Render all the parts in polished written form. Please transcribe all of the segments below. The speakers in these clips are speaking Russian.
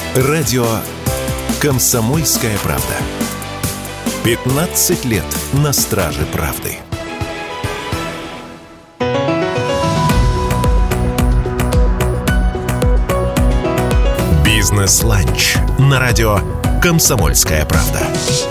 Радио «Комсомольская правда». 15 лет на страже правды. «Бизнес-ланч» на радио «Комсомольская правда».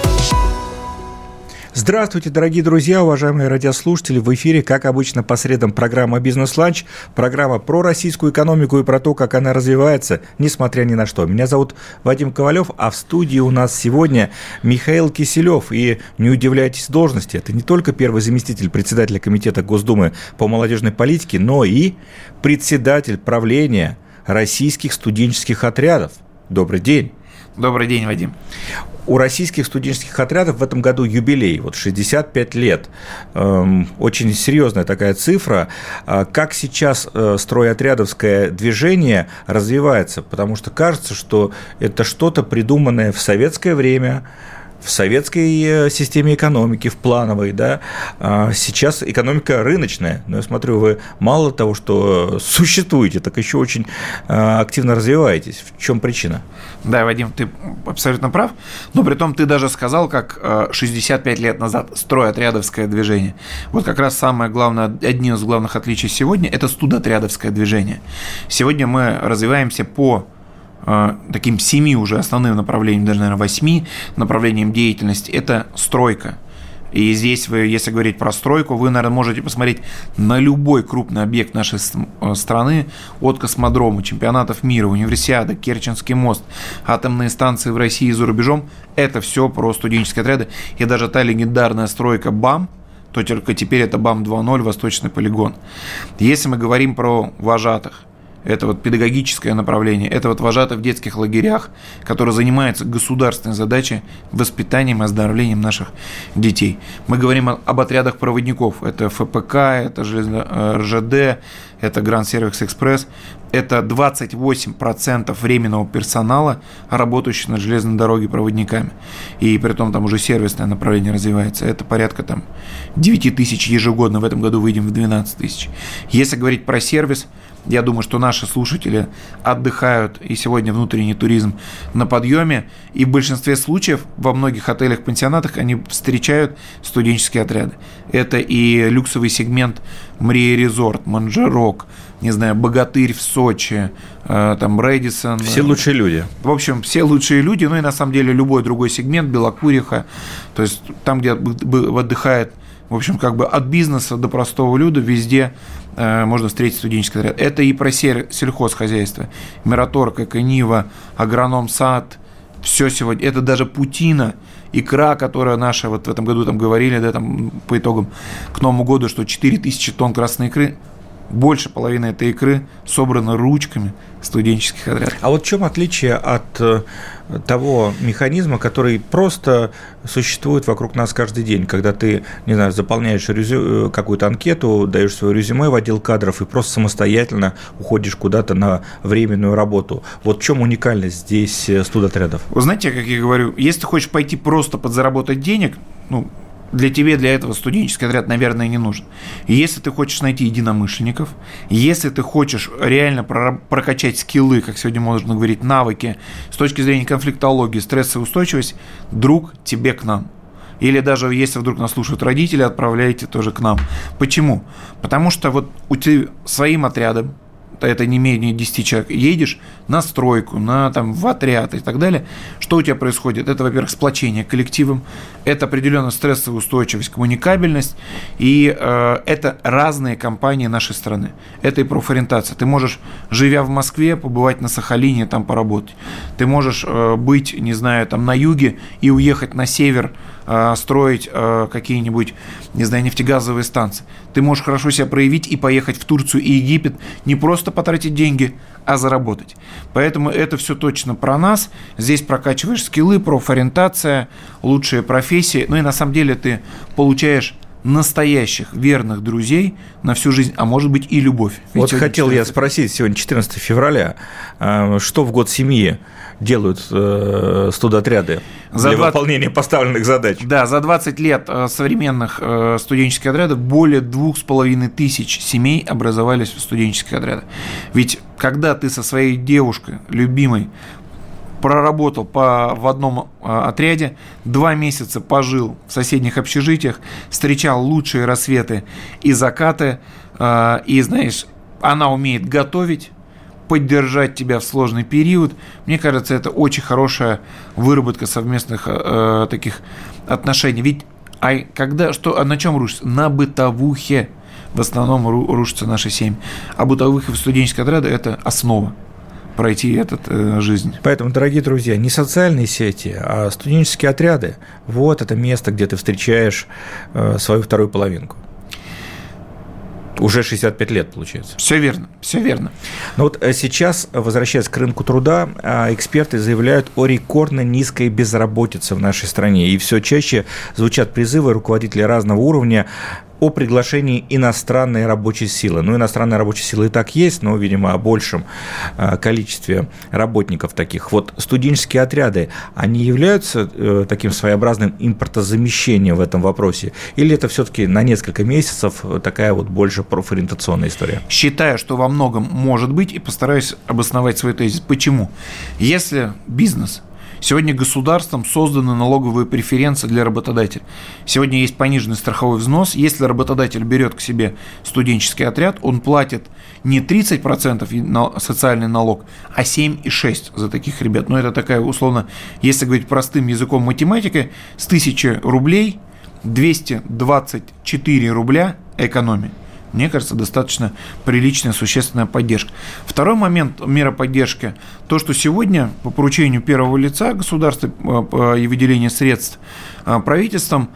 Здравствуйте, дорогие друзья, уважаемые радиослушатели. В эфире, как обычно, по средам программа «Бизнес-ланч». Программа про российскую экономику и про то, как она развивается, несмотря ни на что. Меня зовут Вадим Ковалев, а в студии у нас сегодня Михаил Киселев. И не удивляйтесь должности, это не только первый заместитель председателя Комитета Госдумы по молодежной политике, но и председатель правления российских студенческих отрядов. Добрый день. Добрый день, Вадим. У российских студенческих отрядов в этом году юбилей, 65 лет. Очень серьезная такая цифра. Как сейчас стройотрядовское движение развивается? Потому что кажется, что это что-то придуманное в советское время, в советской системе экономики, в плановой, да, сейчас экономика рыночная, но я смотрю, вы мало того, что существуете, так еще очень активно развиваетесь. В чем причина? Да, Вадим, ты абсолютно прав, но при том ты даже сказал, как 65 лет назад стройотрядовское движение. Вот как раз самое главное, одни из главных отличий сегодня – это студотрядовское движение. Сегодня мы развиваемся по таким 7 уже основным направлениям, даже, наверное, 8 направлениям деятельности – это стройка. И здесь вы, если говорить про стройку, вы, наверное, можете посмотреть на любой крупный объект нашей страны, от космодрома, чемпионатов мира, универсиады, Керченский мост, атомные станции в России и за рубежом – это все про студенческие отряды. И даже та легендарная стройка БАМ, то только теперь это БАМ 2.0, Восточный полигон. Если мы говорим про вожатых, это вот педагогическое направление, это вот вожатые в детских лагерях, которые занимаются государственной задачей воспитанием и оздоровлением наших детей. Мы говорим об отрядах проводников, это ФПК, это РЖД, это Гранд Сервис Экспресс, это 28% временного персонала, работающего на железной дороге проводниками. И при том там уже сервисное направление развивается. Это порядка 9 тысяч ежегодно, в этом году выйдем в 12 тысяч. Если говорить про сервис, я думаю, что наши слушатели отдыхают, и сегодня внутренний туризм на подъеме, и в большинстве случаев во многих отелях, пансионатах они встречают студенческие отряды. Это и люксовый сегмент Мрия Резорт, Манжерок, не знаю, Богатырь в Сочи, там Рэдисон. Все лучшие люди. В общем, все лучшие люди, ну и на самом деле любой другой сегмент, Белокуриха, то есть там, где отдыхает, в общем, как бы от бизнеса до простого люда, везде можно встретить студенческий отряд. Это и про сельхозхозяйство. Мираторг, Эконива, Агрономсад, все сегодня. Это даже путина, икра, которая наша, вот в этом году там говорили, да, там по итогам к Новому году, что 4000 тонн красной икры, больше половины этой икры собрано ручками студенческих отрядов. А вот в чем отличие от того механизма, который просто существует вокруг нас каждый день, когда ты, не знаю, заполняешь какую-то анкету, даешь свое резюме в отдел кадров и просто самостоятельно уходишь куда-то на временную работу. Вот в чем уникальность здесь студотрядов? Вы знаете, как я говорю, если ты хочешь пойти просто подзаработать денег, для этого студенческий отряд, наверное, не нужен. И если ты хочешь найти единомышленников, если ты хочешь реально прокачать скиллы, как сегодня можно говорить, навыки с точки зрения конфликтологии, стрессовой устойчивости, друг, тебе к нам. Или даже если вдруг нас слушают родители, отправляйте тоже к нам. Почему? Потому что вот у тебя своим отрядом, это не менее 10 человек, едешь на стройку, в отряд и так далее, что у тебя происходит? Это, во-первых, сплочение коллективом, это определенная стрессовая устойчивость, коммуникабельность, и это разные компании нашей страны. Это и профориентация. Ты можешь, живя в Москве, побывать на Сахалине, там поработать. Ты можешь быть, не знаю, там на юге и уехать на север, строить какие-нибудь, не знаю, нефтегазовые станции. Ты можешь хорошо себя проявить и поехать в Турцию и Египет, не просто потратить деньги, а заработать. Поэтому это все точно про нас. Здесь прокачиваешь скиллы, профориентация, лучшие профессии. Ну и на самом деле ты получаешь настоящих верных друзей на всю жизнь, а может быть и любовь. Вот хотел я спросить, сегодня 14 февраля, что в год семьи делают студотряды для выполнения поставленных задач? Да, за 20 лет современных студенческих отрядов более 2500 семей образовались в студенческих отрядах. Ведь когда ты со своей девушкой, любимой, проработал в одном отряде, 2 месяца пожил в соседних общежитиях, встречал лучшие рассветы и закаты, и, знаешь, она умеет готовить, поддержать тебя в сложный период. Мне кажется, это очень хорошая выработка совместных таких отношений. Ведь на чем рушится? На бытовухе в основном рушатся наши семьи. А бытовуха в студенческие отряды – это основа пройти эту жизнь. Поэтому, дорогие друзья, не социальные сети, а студенческие отряды – вот это место, где ты встречаешь свою вторую половинку. Уже 65 лет, получается. Все верно, все верно. Но вот сейчас, возвращаясь к рынку труда, эксперты заявляют о рекордно низкой безработице в нашей стране. И все чаще звучат призывы руководителей разного уровня о приглашении иностранной рабочей силы. Ну, иностранная рабочая сила и так есть, но, видимо, о большем количестве работников таких. Вот студенческие отряды, они являются таким своеобразным импортозамещением в этом вопросе? Или это все-таки на несколько месяцев такая вот больше профориентационная история? Считаю, что во многом может быть, и постараюсь обосновать свой тезис. Почему? Если бизнес... Сегодня государством созданы налоговые преференции для работодателя. Сегодня есть пониженный страховой взнос. Если работодатель берет к себе студенческий отряд, он платит не 30% социальный налог, а 7,6% за таких ребят. Но это такая, условно, если говорить простым языком математики, с 1000 рублей 224 рубля экономия. Мне кажется, достаточно приличная, существенная поддержка. Второй момент мера поддержки – то, что сегодня по поручению первого лица государства и выделения средств правительством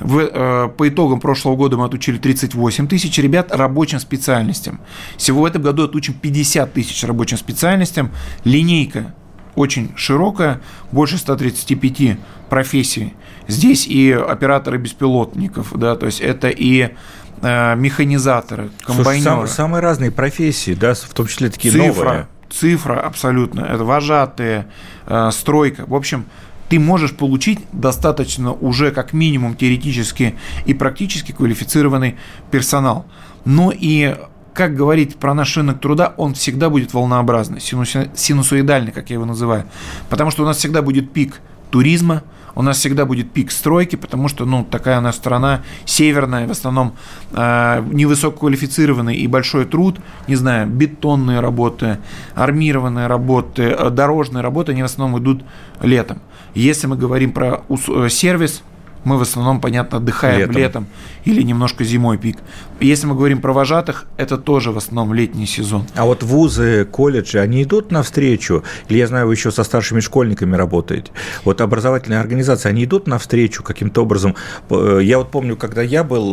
по итогам прошлого года мы отучили 38 тысяч ребят рабочим специальностям. Всего в этом году отучим 50 тысяч рабочим специальностям. Линейка очень широкая, больше 135 профессий. Здесь и операторы беспилотников, да, то есть это и механизаторы, комбайнеры. Слушай, самые разные профессии, да, в том числе такие новые. Цифра абсолютно. Это вожатые, стройка. В общем, ты можешь получить достаточно уже как минимум теоретически и практически квалифицированный персонал. Но и, как говорить про наш рынок труда, он всегда будет волнообразный, синусоидальный, как я его называю. Потому что у нас всегда будет пик туризма, у нас всегда будет пик стройки, потому что, такая у нас страна северная, в основном невысококвалифицированный и большой труд, не знаю, бетонные работы, армированные работы, дорожные работы, они в основном идут летом. Если мы говорим про сервис, мы в основном, понятно, отдыхаем летом или немножко зимой пик. Если мы говорим про вожатых, это тоже в основном летний сезон. А вот вузы, колледжи, они идут навстречу? Или, я знаю, вы еще со старшими школьниками работаете? Вот образовательные организации, они идут навстречу каким-то образом? Я вот помню, когда я был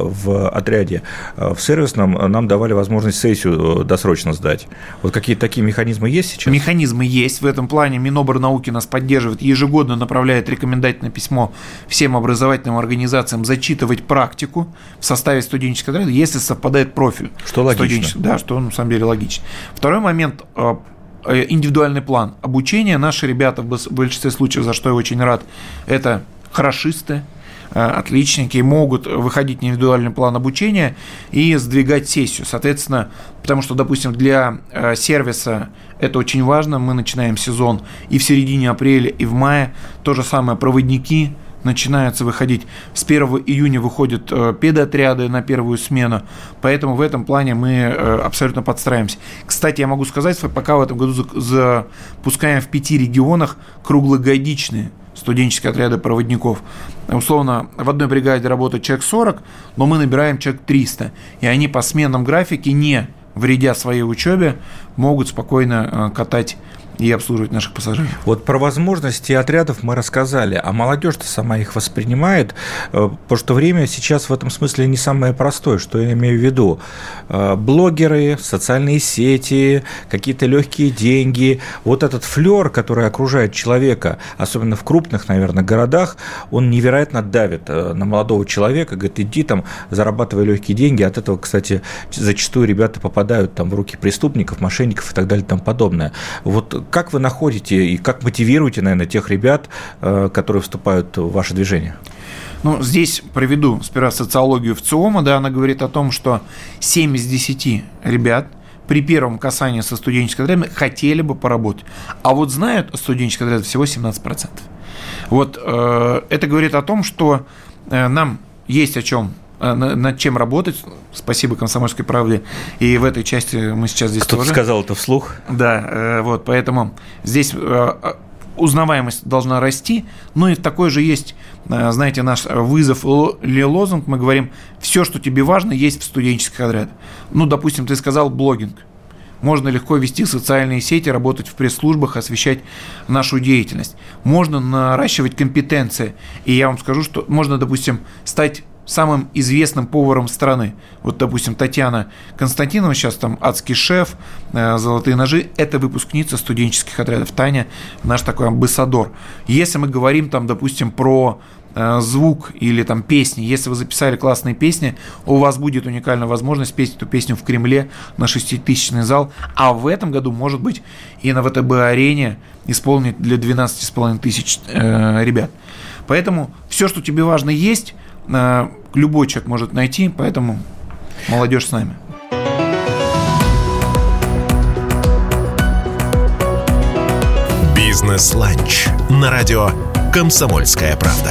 в отряде, в сервисном, нам давали возможность сессию досрочно сдать. Вот какие-то такие механизмы есть сейчас? Механизмы есть. В этом плане Минобрнауки нас поддерживает, ежегодно направляет рекомендательное письмо всем образовательным организациям зачитывать практику в составе студенческого отряда, если совпадает профиль. Что логично. Да, что на самом деле логично. Второй момент – индивидуальный план обучения. Наши ребята в большинстве случаев, за что я очень рад, это хорошисты, отличники, могут выходить на индивидуальный план обучения и сдвигать сессию. Соответственно, потому что, допустим, для сервиса это очень важно, мы начинаем сезон и в середине апреля, и в мае. То же самое проводники начинаются выходить. С 1 июня выходят педотряды на первую смену, поэтому в этом плане мы абсолютно подстраиваемся. Кстати, я могу сказать, что пока в этом году запускаем в 5 регионах круглогодичные студенческие отряды проводников. Условно, в одной бригаде работает человек 40, но мы набираем человек 300, и они по сменном графике, не вредя своей учебе, могут спокойно катать и обслуживать наших пассажиров. Вот про возможности отрядов мы рассказали, а молодежь-то сама их воспринимает, потому что время сейчас в этом смысле не самое простое, что я имею в виду. Блогеры, социальные сети, какие-то легкие деньги, вот этот флер, который окружает человека, особенно в крупных, наверное, городах, он невероятно давит на молодого человека, говорит, иди там, зарабатывай легкие деньги, от этого, кстати, зачастую ребята попадают там в руки преступников, мошенников и так далее и тому подобное. Вот как вы находите и как мотивируете, наверное, тех ребят, которые вступают в ваше движение? Здесь приведу сперва социологию ВЦИОМа, да, она говорит о том, что 7 из 10 ребят при первом касании со студенческими отрядами хотели бы поработать. А вот знают о студенческих отрядах всего 17%. Вот это говорит о том, что нам есть о чем, над чем работать. Спасибо «Комсомольской правде». И в этой части мы сейчас здесь Кто-то тоже. сказал это вслух. Да, вот, поэтому здесь узнаваемость должна расти, но и такой же есть, знаете, наш вызов или лозунг, мы говорим, все, что тебе важно, есть в студенческих отрядах. Ну, допустим, ты сказал блогинг. Можно легко вести социальные сети, работать в пресс-службах, освещать нашу деятельность. Можно наращивать компетенции. И я вам скажу, что можно, допустим, стать самым известным поваром страны. Вот, допустим, Татьяна Константинова, сейчас там «Адский шеф», «Золотые ножи», это выпускница студенческих отрядов. Таня наш такой амбассадор. Если мы говорим, там, допустим, про звук или там песни, если вы записали классные песни, у вас будет уникальная возможность петь эту песню в Кремле на 6-тысячный зал, а в этом году, может быть, и на ВТБ-арене исполнить для 12,5 тысяч ребят. Поэтому все, что тебе важно, есть, любой человек может найти, поэтому молодежь с нами. Бизнес-ланч на радио «Комсомольская правда».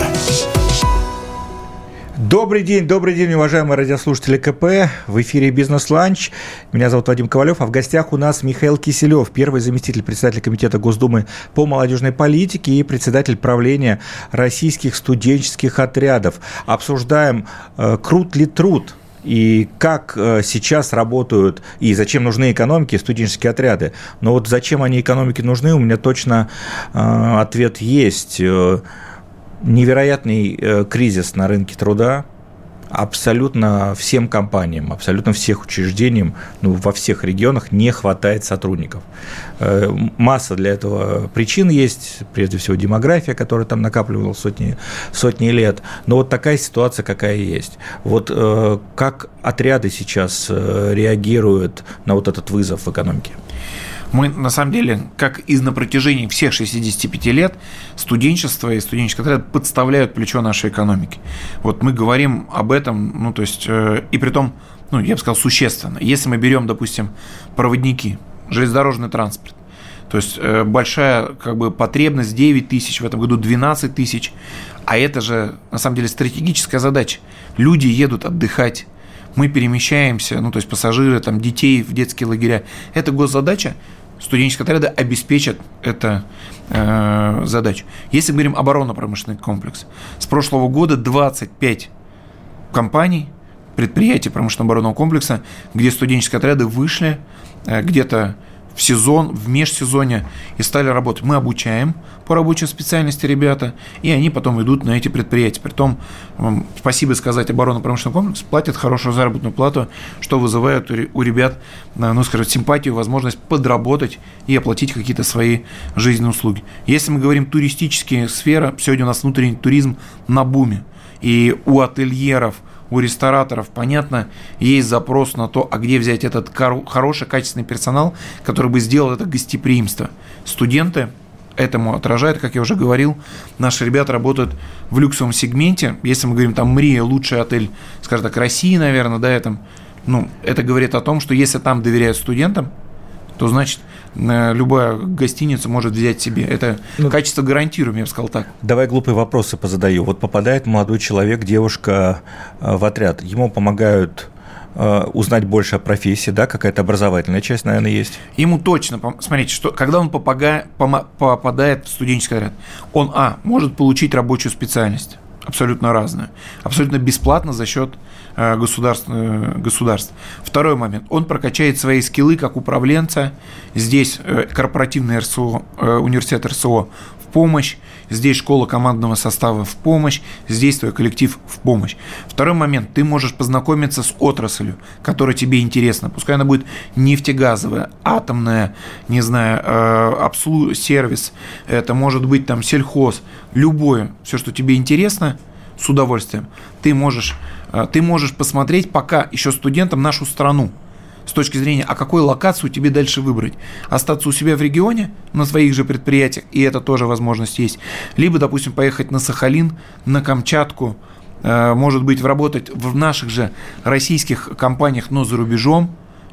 Добрый день, уважаемые радиослушатели КП. В эфире «Бизнес-ланч». Меня зовут Вадим Ковалев, а в гостях у нас Михаил Киселев, первый заместитель председателя Комитета Госдумы по молодежной политике и председатель правления российских студенческих отрядов. Обсуждаем, крут ли труд и как сейчас работают и зачем нужны экономике студенческие отряды. Но вот зачем они экономике нужны, у меня точно ответ есть. Невероятный кризис на рынке труда абсолютно всем компаниям, абсолютно всех учреждениям, во всех регионах не хватает сотрудников. Масса для этого причин есть, прежде всего демография, которая там накапливалась сотни лет, но вот такая ситуация, какая есть. Вот как отряды сейчас реагируют на вот этот вызов в экономике? Мы, на самом деле, как и на протяжении всех 65 лет, студенчество и студенческий отряд подставляют плечо нашей экономики. Вот мы говорим об этом, и при том, я бы сказал, существенно. Если мы берем, допустим, проводники, железнодорожный транспорт, то есть большая потребность, 9 тысяч, в этом году 12 тысяч, а это же, на самом деле, стратегическая задача. Люди едут отдыхать, мы перемещаемся, пассажиры, детей в детские лагеря. Это госзадача, студенческие отряды обеспечат эту задачу. Если мы говорим оборонно-промышленный комплекс, с прошлого года 25 компаний, предприятий промышленно-оборонного комплекса, где студенческие отряды вышли где-то в сезон, в межсезонье и стали работать. Мы обучаем по рабочей специальности ребята, и они потом идут на эти предприятия. Притом, спасибо сказать, оборонно-промышленный комплекс платит хорошую заработную плату, что вызывает у ребят, симпатию, возможность подработать и оплатить какие-то свои жизненные услуги. Если мы говорим туристические сферы, сегодня у нас внутренний туризм на буме, и у ательеров, у рестораторов, понятно, есть запрос на то, а где взять этот хороший, качественный персонал, который бы сделал это гостеприимство. Студенты этому отражают, как я уже говорил, наши ребята работают в люксовом сегменте. Если мы говорим, Мрия, лучший отель, скажем так, России, наверное, это говорит о том, что если там доверяют студентам, то, значит, любая гостиница может взять себе. Это качество гарантируем, я бы сказал так. Давай глупые вопросы позадаю. Вот попадает молодой человек, девушка в отряд. Ему помогают узнать больше о профессии, да, какая-то образовательная часть, наверное, есть. Ему точно, смотрите, что когда он попадает в студенческий отряд, он, может получить рабочую специальность, абсолютно разную, абсолютно бесплатно за счет государства. Второй момент. Он прокачает свои скиллы как управленца. Здесь корпоративный РСО, университет РСО в помощь. Здесь школа командного состава в помощь. Здесь твой коллектив в помощь. Второй момент. Ты можешь познакомиться с отраслью, которая тебе интересна. Пускай она будет нефтегазовая, атомная, не знаю, сервис. Это может быть сельхоз. Любое, все, что тебе интересно, с удовольствием. Ты можешь посмотреть пока еще студентам нашу страну с точки зрения, а какую локацию тебе дальше выбрать. Остаться у себя в регионе, на своих же предприятиях, и это тоже возможность есть. Либо, допустим, поехать на Сахалин, на Камчатку, может быть, работать в наших же российских компаниях, но за рубежом.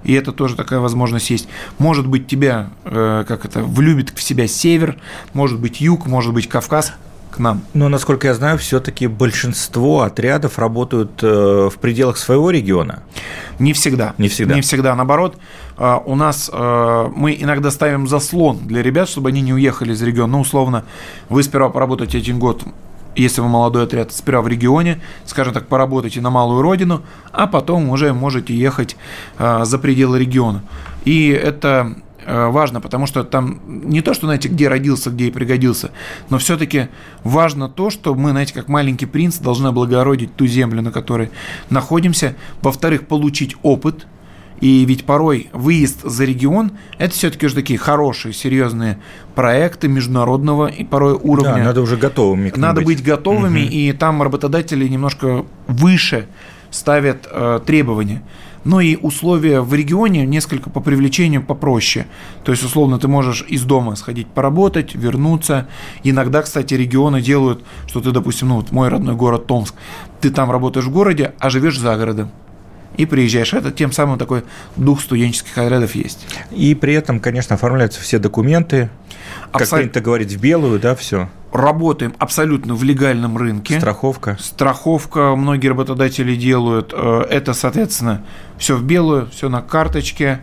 и это тоже такая возможность есть. Может быть, тебя, влюбит в себя север, может быть, юг, может быть, Кавказ. К нам. Но, насколько я знаю, все-таки большинство отрядов работают в пределах своего региона. Не всегда. Не всегда. Не всегда. Наоборот, у нас мы иногда ставим заслон для ребят, чтобы они не уехали из региона. Ну, условно, вы сперва поработаете 1 год, если вы молодой отряд, сперва в регионе, скажем так, поработайте на малую родину, а потом уже можете ехать за пределы региона. И это важно, потому что там не то, что, знаете, где родился, где и пригодился, но все-таки важно то, что мы, знаете, как маленький принц, должны облагородить ту землю, на которой находимся. Во-вторых, получить опыт. И ведь порой выезд за регион – это все-таки уже такие хорошие, серьезные проекты международного и порой уровня. Да, надо уже готовыми к ним Надо быть готовыми, и там работодатели немножко выше ставят требования. Но и условия в регионе несколько по привлечению попроще. То есть, условно, ты можешь из дома сходить поработать, вернуться. Иногда, кстати, регионы делают, что ты, допустим, мой родной город Томск, ты там работаешь в городе, а живешь за городом. И приезжаешь. Это тем самым такой дух студенческих отрядов есть. И при этом, конечно, оформляются все документы, как принято говорить, в белую, да, все. Работаем абсолютно в легальном рынке. Страховка многие работодатели делают. Это, соответственно, все в белую, все на карточке,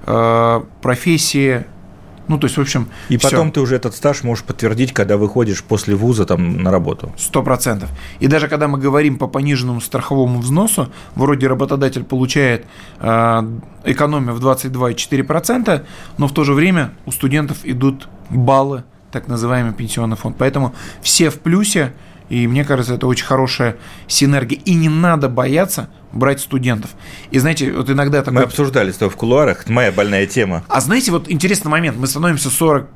профессии. Ну, то есть, в общем, и всё. Потом ты уже этот стаж можешь подтвердить, когда выходишь после вуза там на работу. 100%. И даже когда мы говорим по пониженному страховому взносу, вроде работодатель получает экономию в 22,4%, но в то же время у студентов идут баллы, так называемый пенсионный фонд. Поэтому все в плюсе, и мне кажется, это очень хорошая синергия. И не надо бояться брать студентов. И знаете, вот иногда такое... Мы обсуждали с тобой в кулуарах, это моя больная тема. А знаете, вот интересный момент, мы становимся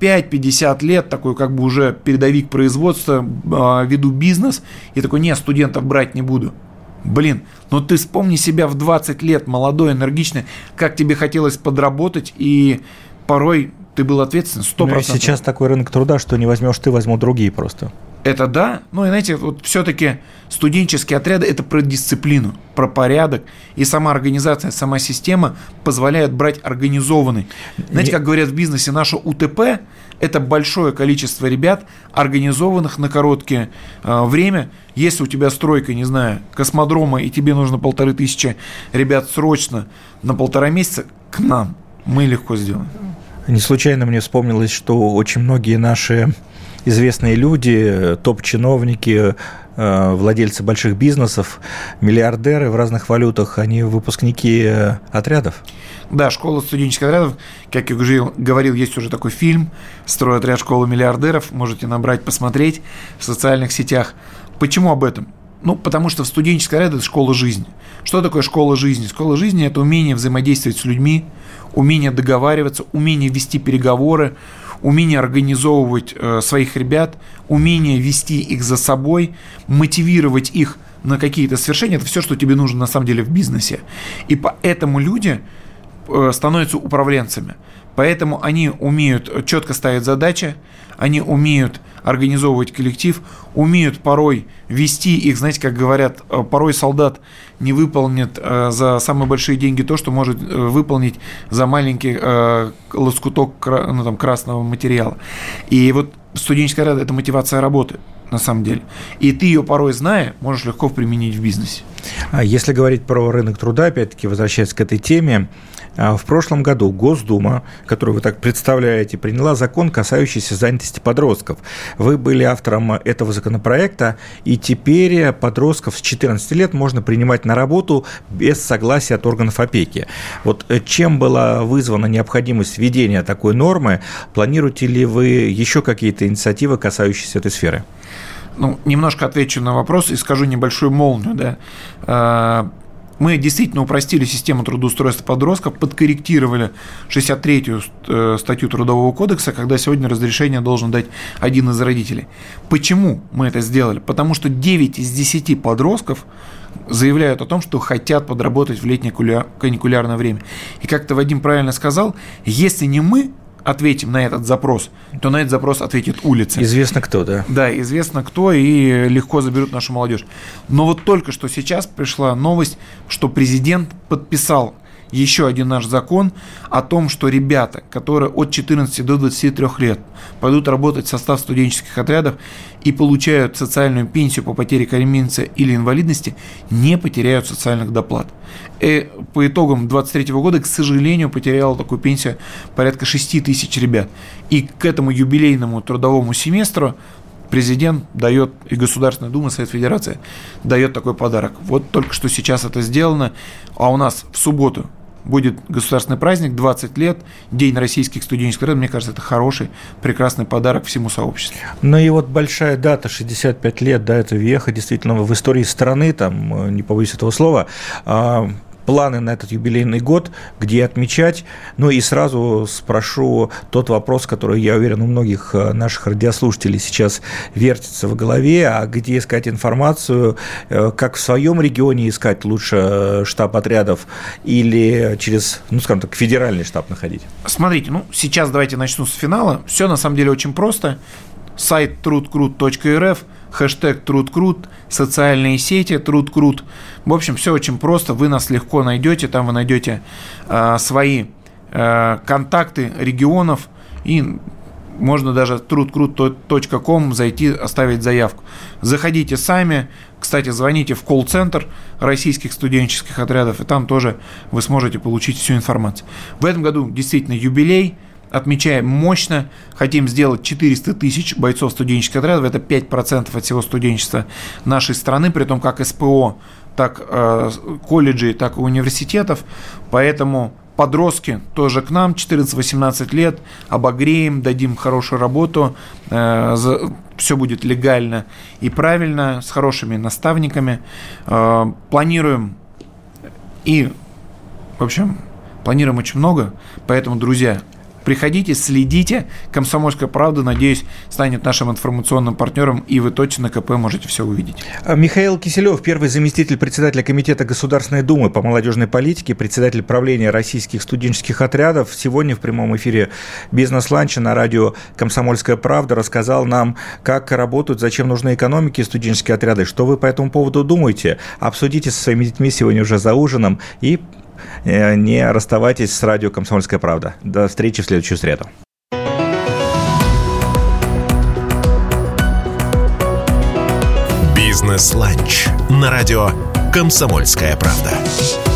45-50 лет, такой как бы уже передовик производства, веду бизнес, и такой, нет, студентов брать не буду. Блин, ну ты вспомни себя в 20 лет, молодой, энергичный, как тебе хотелось подработать, и порой ты был ответственен 100%. Ну и сейчас такой рынок труда, что не возьмешь ты, возьмут другие просто. Это да, но, знаете, вот все-таки студенческие отряды – это про дисциплину, про порядок, и сама организация, сама система позволяет брать организованный. Знаете, как говорят в бизнесе, наше УТП – это большое количество ребят, организованных на короткое время. Если у тебя стройка, не знаю, космодрома, и тебе нужно 1500 ребят срочно на 1,5 месяца, к нам мы легко сделаем. Не случайно мне вспомнилось, что очень многие наши известные люди, топ-чиновники, владельцы больших бизнесов, миллиардеры в разных валютах, они выпускники отрядов. Да, школа студенческих отрядов, как я уже говорил, есть уже такой фильм «Стройотряд школы миллиардеров», можете набрать, посмотреть в социальных сетях. Почему об этом? Ну, потому что в студенческой отряде это школа жизни. Что такое школа жизни? Школа жизни – это умение взаимодействовать с людьми, умение договариваться, умение вести переговоры, умение организовывать своих ребят, умение вести их за собой, мотивировать их на какие-то свершения – это все, что тебе нужно на самом деле в бизнесе. И поэтому люди становятся управленцами. Поэтому они умеют четко ставить задачи, они умеют организовывать коллектив, умеют порой вести их, знаете, как говорят, порой солдат не выполнит за самые большие деньги то, что может выполнить за маленький лоскуток красного материала. И вот студенческая отряд – это мотивация работы, на самом деле. И ты ее порой, зная, можешь легко применить в бизнесе. Если говорить про рынок труда, опять-таки, возвращаясь к этой теме, в прошлом году Госдума, которую вы так представляете, приняла закон, касающийся занятости подростков. Вы были автором этого законопроекта, и теперь подростков с 14 лет можно принимать на работу без согласия от органов опеки. Вот чем была вызвана необходимость введения такой нормы? Планируете ли вы еще какие-то инициативы, касающиеся этой сферы? Ну, немножко отвечу на вопрос и скажу небольшую молнию, да. Мы действительно упростили систему трудоустройства подростков, подкорректировали 63-ю статью Трудового кодекса, когда сегодня разрешение должен дать один из родителей. Почему мы это сделали? Потому что 9 из 10 подростков заявляют о том, что хотят подработать в летнее каникулярное время. И как ты, Вадим, правильно сказал, если не мы ответим на этот запрос, то на этот запрос ответит улица. Известно кто, да? Да, известно кто, и легко заберут нашу молодежь. Но вот только что сейчас пришла новость, что президент подписал еще один наш закон о том, что ребята, которые от 14 до 23 лет пойдут работать в состав студенческих отрядов и получают социальную пенсию по потере кормильца или инвалидности, не потеряют социальных доплат. И по итогам 2023 года, к сожалению, потеряла такую пенсию порядка 6 тысяч ребят. И к этому юбилейному трудовому семестру президент дает, и Государственная Дума, Совет Федерации дает такой подарок. Вот только что сейчас это сделано, а у нас в субботу будет государственный праздник, 20 лет, День российских студенческих отрядов. Мне кажется, это хороший, прекрасный подарок всему сообществу. Ну и вот большая дата, 65 лет, да, это веха, действительно, в истории страны, там, не побоюсь этого слова, планы на этот юбилейный год, где отмечать. Ну и сразу спрошу тот вопрос, который, я уверен, у многих наших радиослушателей сейчас вертится в голове, а где искать информацию, как в своем регионе искать лучше штаб отрядов или через, ну, скажем так, федеральный штаб находить? Смотрите, сейчас давайте начну с финала. Все на самом деле очень просто. Сайт trudkrut.rf, хэштег trudkrut, социальные сети trudkrut. В общем, все очень просто, вы нас легко найдете, там вы найдете свои контакты регионов, и можно даже trudkrut.com зайти, оставить заявку. Заходите сами, кстати, звоните в колл-центр российских студенческих отрядов, и там тоже вы сможете получить всю информацию. В этом году действительно юбилей. Отмечаем мощно, хотим сделать 400 тысяч бойцов студенческих отрядов, это 5% от всего студенчества нашей страны, при том как СПО, так колледжей, так и университетов, поэтому подростки тоже к нам, 14-18 лет, обогреем, дадим хорошую работу, все будет легально и правильно, с хорошими наставниками, планируем очень много, поэтому, друзья, приходите, следите. «Комсомольская правда», надеюсь, станет нашим информационным партнером, и вы точно на КП можете все увидеть. Михаил Киселев, первый заместитель председателя Комитета Государственной Думы по молодежной политике, председатель правления российских студенческих отрядов, сегодня в прямом эфире «Бизнес-ланча» на радио «Комсомольская правда» рассказал нам, как работают, зачем нужны экономики студенческие отряды, что вы по этому поводу думаете. Обсудите со своими детьми сегодня уже за ужином и не расставайтесь с радио «Комсомольская правда». До встречи в следующую среду. «Бизнес-ланч» на радио «Комсомольская правда».